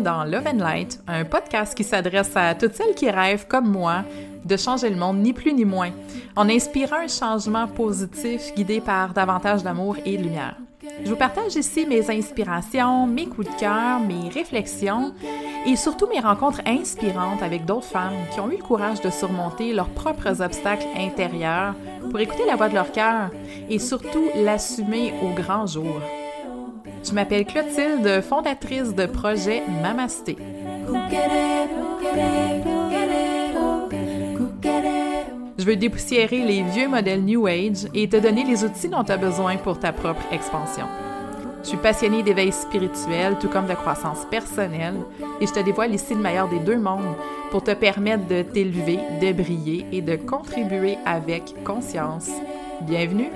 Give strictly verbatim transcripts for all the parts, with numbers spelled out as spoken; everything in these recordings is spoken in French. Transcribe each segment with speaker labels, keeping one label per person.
Speaker 1: dans Love and Light, un podcast qui s'adresse à toutes celles qui rêvent, comme moi, de changer le monde, ni plus ni moins, en inspirant un changement positif guidé par davantage d'amour et de lumière. Je vous partage ici mes inspirations, mes coups de cœur, mes réflexions et surtout mes rencontres inspirantes avec d'autres femmes qui ont eu le courage de surmonter leurs propres obstacles intérieurs pour écouter la voix de leur cœur et surtout l'assumer au grand jour. Je m'appelle Clotilde, fondatrice de projet Mamasté. Je veux dépoussiérer les vieux modèles New Age et te donner les outils dont tu as besoin pour ta propre expansion. Je suis passionnée d'éveil spirituel, tout comme de croissance personnelle, et je te dévoile ici le meilleur des deux mondes pour te permettre de t'élever, de briller et de contribuer avec conscience. Bienvenue!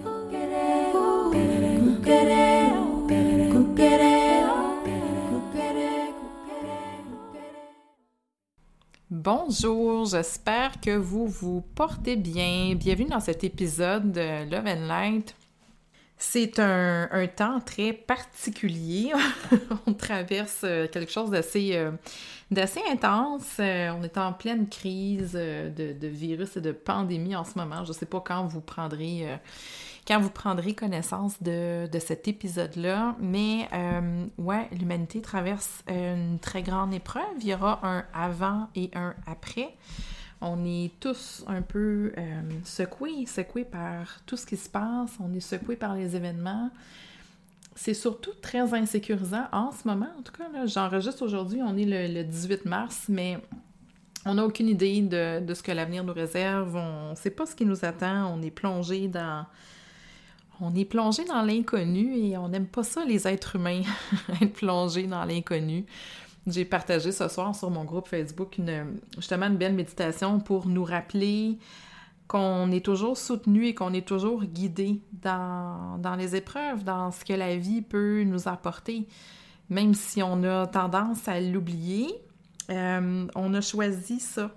Speaker 1: Bonjour, j'espère que vous vous portez bien. Bienvenue dans cet épisode de Love and Light. C'est un, un temps très particulier. On traverse quelque chose d'assez, euh, d'assez intense. On est en pleine crise de, de virus et de pandémie en ce moment. Je ne sais pas quand vous prendrez... Euh, quand vous prendrez connaissance de, de cet épisode-là. Mais, euh, ouais, l'humanité traverse une très grande épreuve. Il y aura un avant et un après. On est tous un peu euh, secoués, secoués par tout ce qui se passe. On est secoués par les événements. C'est surtout très insécurisant en ce moment. En tout cas, là, j'enregistre aujourd'hui, on est le, le dix-huit mars, mais on n'a aucune idée de, de ce que l'avenir nous réserve. On ne sait pas ce qui nous attend. On est plongé dans... On est plongé dans l'inconnu et on n'aime pas ça, les êtres humains, être plongés dans l'inconnu. J'ai partagé ce soir sur mon groupe Facebook une, justement une belle méditation pour nous rappeler qu'on est toujours soutenu et qu'on est toujours guidé dans, dans les épreuves, dans ce que la vie peut nous apporter. Même si on a tendance à l'oublier, euh, on a choisi ça.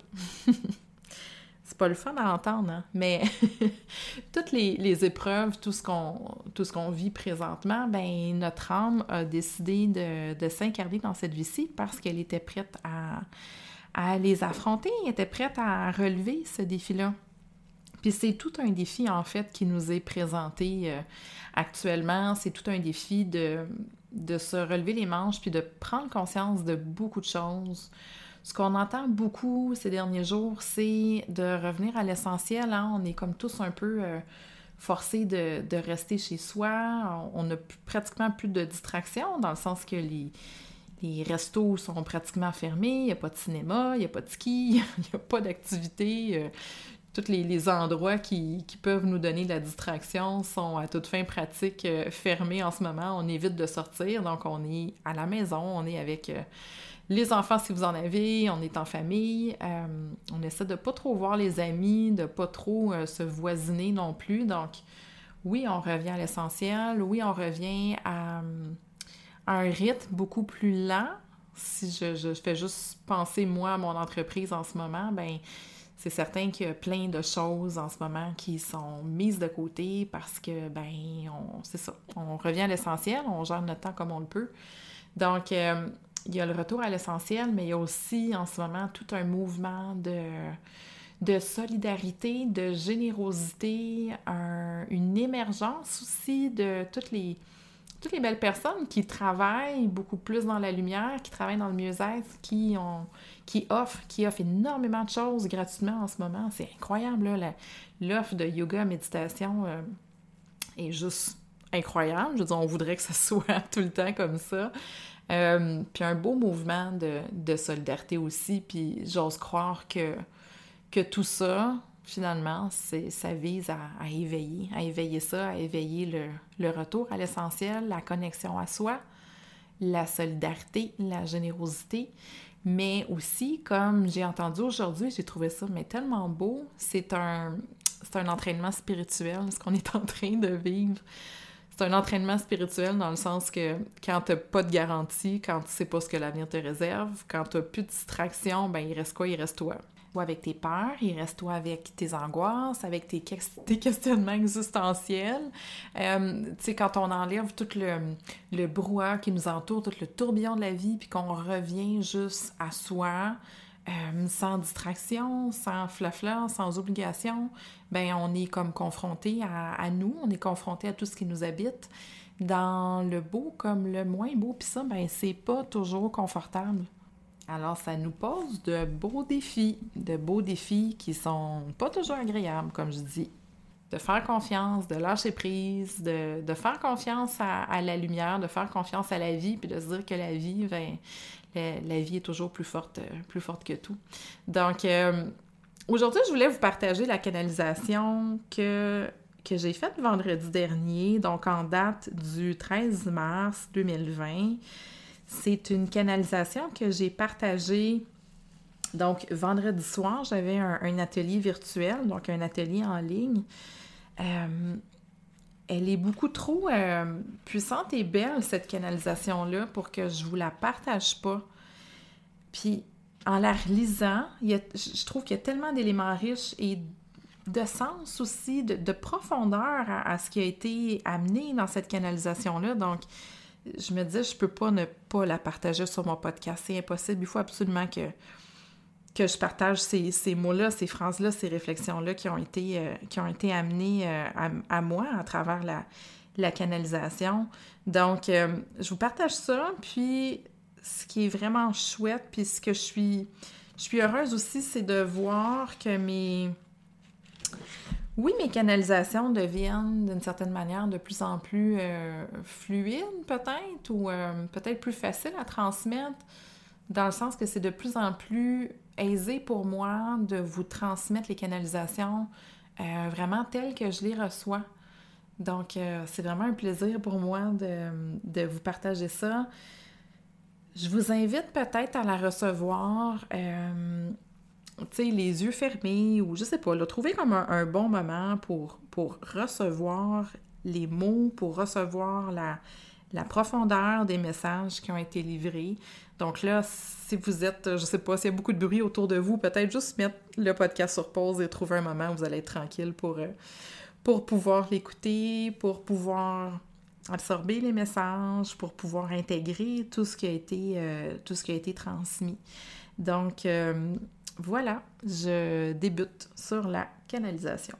Speaker 1: C'est pas le fun à entendre, hein? Mais toutes les, les épreuves, tout ce qu'on tout ce qu'on vit présentement, ben notre âme a décidé de, de s'incarner dans cette vie-ci parce qu'elle était prête à, à les affronter, elle était prête à relever ce défi-là. Puis c'est tout un défi, en fait, qui nous est présenté euh, actuellement. C'est tout un défi de, de se relever les manches puis de prendre conscience de beaucoup de choses. Ce qu'on entend beaucoup ces derniers jours, c'est de revenir à l'essentiel. Hein? On est comme tous un peu euh, forcés de, de rester chez soi. On n'a pratiquement plus de distractions, dans le sens que les, les restos sont pratiquement fermés, il n'y a pas de cinéma, il n'y a pas de ski, il n'y a pas d'activité. Euh, tous les, les endroits qui, qui peuvent nous donner de la distraction sont à toute fin pratique euh, fermés en ce moment. On évite de sortir, donc on est à la maison, on est avec... Euh, les enfants, si vous en avez, on est en famille, euh, on essaie de ne pas trop voir les amis, de ne pas trop euh, se voisiner non plus. Donc, oui, on revient à l'essentiel. Oui, on revient à, à un rythme beaucoup plus lent. Si je, je fais juste penser, moi, à mon entreprise en ce moment, ben c'est certain qu'il y a plein de choses en ce moment qui sont mises de côté parce que, ben on, c'est ça, on revient à l'essentiel, on gère notre temps comme on le peut. Donc, euh, il y a le retour à l'essentiel, mais il y a aussi en ce moment tout un mouvement de, de solidarité, de générosité, un, une émergence aussi de toutes les, toutes les belles personnes qui travaillent beaucoup plus dans la lumière, qui travaillent dans le mieux-être, qui, ont, qui, offrent, qui offrent énormément de choses gratuitement en ce moment. C'est incroyable, là, la, l'offre de yoga, méditation euh, est juste incroyable. Je veux dire, on voudrait que ça soit tout le temps comme ça. Euh, puis un beau mouvement de, de solidarité aussi, puis j'ose croire que, que tout ça, finalement, c'est, ça vise à, à éveiller, à éveiller ça, à éveiller le, le retour à l'essentiel, la connexion à soi, la solidarité, la générosité, mais aussi, comme j'ai entendu aujourd'hui, j'ai trouvé ça mais tellement beau, c'est un, c'est un entraînement spirituel, ce qu'on est en train de vivre. C'est un entraînement spirituel dans le sens que quand t'as pas de garantie, quand tu sais pas ce que l'avenir te réserve, quand t'as plus de distraction, ben il reste quoi? Il reste toi. ou avec tes peurs, il reste toi avec tes angoisses, avec tes, que- tes questionnements existentiels. Euh, tu sais, quand on enlève tout le, le brouhaha qui nous entoure, tout le tourbillon de la vie, puis qu'on revient juste à soi, euh, sans distraction, sans flafla, sans obligation, ben on est comme confronté à, à nous, on est confronté à tout ce qui nous habite, dans le beau comme le moins beau, puis ça, ben c'est pas toujours confortable. Alors, ça nous pose de beaux défis, de beaux défis qui sont pas toujours agréables, comme je dis. De faire confiance, de lâcher prise, de, de faire confiance à, à la lumière, de faire confiance à la vie, puis de se dire que la vie, ben, la, la vie est toujours plus forte, plus forte que tout. Donc, euh, aujourd'hui, je voulais vous partager la canalisation que, que j'ai faite vendredi dernier, donc en date du treize mars deux mille vingt. C'est une canalisation que j'ai partagée. Donc, vendredi soir, j'avais un, un atelier virtuel, donc un atelier en ligne. Euh, elle est beaucoup trop euh, puissante et belle, cette canalisation-là, pour que je vous la partage pas. Puis, en la relisant, il y a, je trouve qu'il y a tellement d'éléments riches et de sens aussi, de, de profondeur à, à ce qui a été amené dans cette canalisation-là. Donc, je me disais, je peux pas ne pas la partager sur mon podcast. C'est impossible. Il faut absolument que, que je partage ces, ces mots-là, ces phrases-là, ces réflexions-là qui ont été, euh, qui ont été amenées euh, à, à moi à travers la, la canalisation. Donc, euh, je vous partage ça. Puis, ce qui est vraiment chouette, puis ce que je suis, je suis heureuse aussi, c'est de voir que mes... Oui, mes canalisations deviennent d'une certaine manière de plus en plus euh, fluides peut-être ou euh, peut-être plus faciles à transmettre dans le sens que c'est de plus en plus aisé pour moi de vous transmettre les canalisations euh, vraiment telles que je les reçois. Donc, euh, c'est vraiment un plaisir pour moi de, de vous partager ça. Je vous invite peut-être à la recevoir... Euh, tu sais, les yeux fermés ou je sais pas, là, trouver comme un, un bon moment pour, pour recevoir les mots, pour recevoir la, la profondeur des messages qui ont été livrés. Donc là, si vous êtes, je sais pas, s'il y a beaucoup de bruit autour de vous, peut-être juste mettre le podcast sur pause et trouver un moment où vous allez être tranquille pour, pour pouvoir l'écouter, pour pouvoir absorber les messages, pour pouvoir intégrer tout ce qui a été, euh, tout ce qui a été transmis. Donc, euh, voilà, je débute sur la canalisation.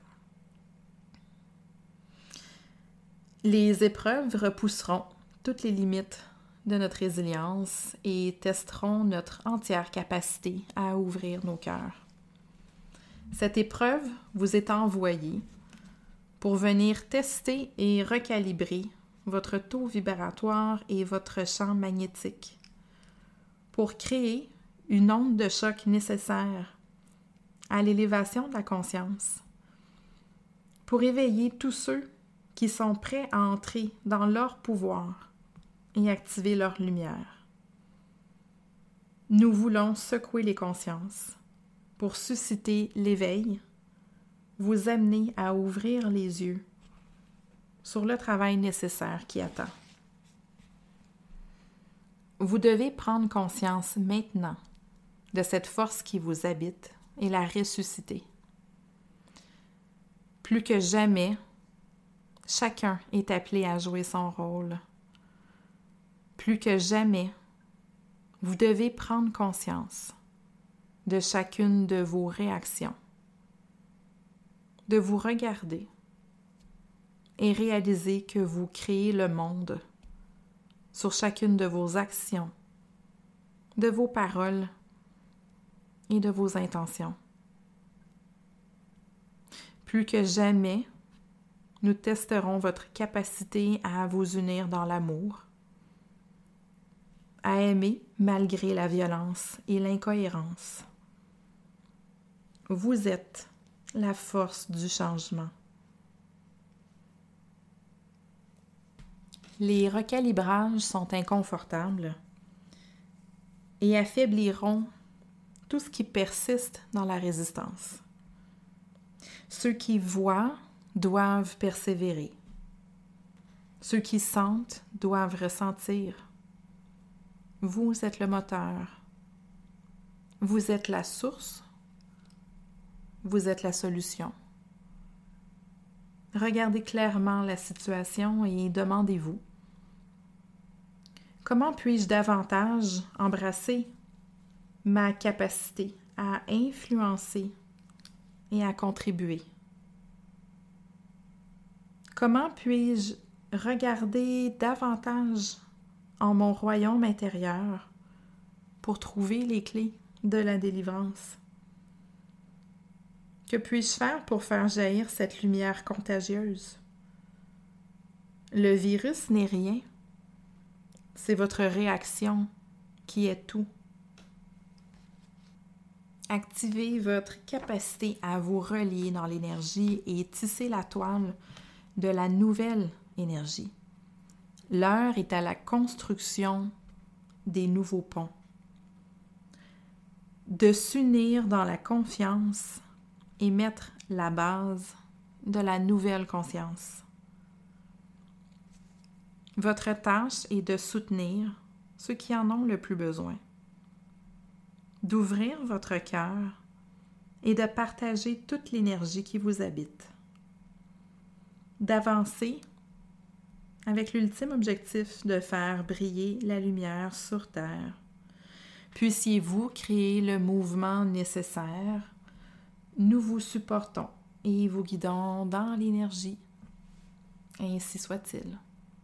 Speaker 1: Les épreuves repousseront toutes les limites de notre résilience et testeront notre entière capacité à ouvrir nos cœurs. Cette épreuve vous est envoyée pour venir tester et recalibrer votre taux vibratoire et votre champ magnétique, pour créer une onde de choc nécessaire à l'élévation de la conscience, pour éveiller tous ceux qui sont prêts à entrer dans leur pouvoir et activer leur lumière. Nous voulons secouer les consciences pour susciter l'éveil, vous amener à ouvrir les yeux sur le travail nécessaire qui attend. Vous devez prendre conscience maintenant de cette force qui vous habite et la ressusciter. Plus que jamais, chacun est appelé à jouer son rôle. Plus que jamais, vous devez prendre conscience de chacune de vos réactions, de vous regarder et réaliser que vous créez le monde sur chacune de vos actions, de vos paroles et de vos intentions. Plus que jamais, nous testerons votre capacité à vous unir dans l'amour, à aimer malgré la violence et l'incohérence. Vous êtes la force du changement. Les recalibrages sont inconfortables et affaibliront tout ce qui persiste dans la résistance. Ceux qui voient doivent persévérer. Ceux qui sentent doivent ressentir. Vous êtes le moteur. Vous êtes la source vous êtes la solution. Regardez clairement la situation et demandez-vous: comment puis-je davantage embrasser ma capacité à influencer et à contribuer? Comment puis-je regarder davantage en mon royaume intérieur pour trouver les clés de la délivrance? Que puis-je faire pour faire jaillir cette lumière contagieuse? Le virus n'est rien. C'est votre réaction qui est tout. Activez votre capacité à vous relier dans l'énergie et tisser la toile de la nouvelle énergie. L'heure est à la construction des nouveaux ponts. De s'unir dans la confiance et mettre la base de la nouvelle conscience. Votre tâche est de soutenir ceux qui en ont le plus besoin, d'ouvrir votre cœur et de partager toute l'énergie qui vous habite, d'avancer avec l'ultime objectif de faire briller la lumière sur Terre. Puissiez-vous créer le mouvement nécessaire. Nous vous supportons et vous guidons dans l'énergie. Ainsi soit-il.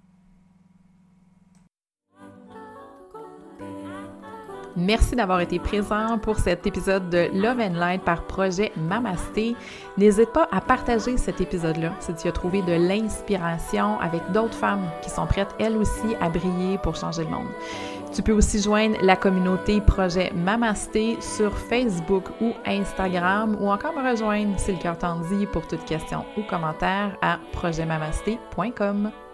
Speaker 1: Merci d'avoir été présent pour cet épisode de Love and Light par Projet Mamasté. N'hésite pas à partager cet épisode-là si tu as trouvé de l'inspiration avec d'autres femmes qui sont prêtes elles aussi à briller pour changer le monde. Tu peux aussi joindre la communauté Projet Mamasté sur Facebook ou Instagram ou encore me rejoindre si le cœur t'en dit pour toute question ou commentaire à projet mamasté point com.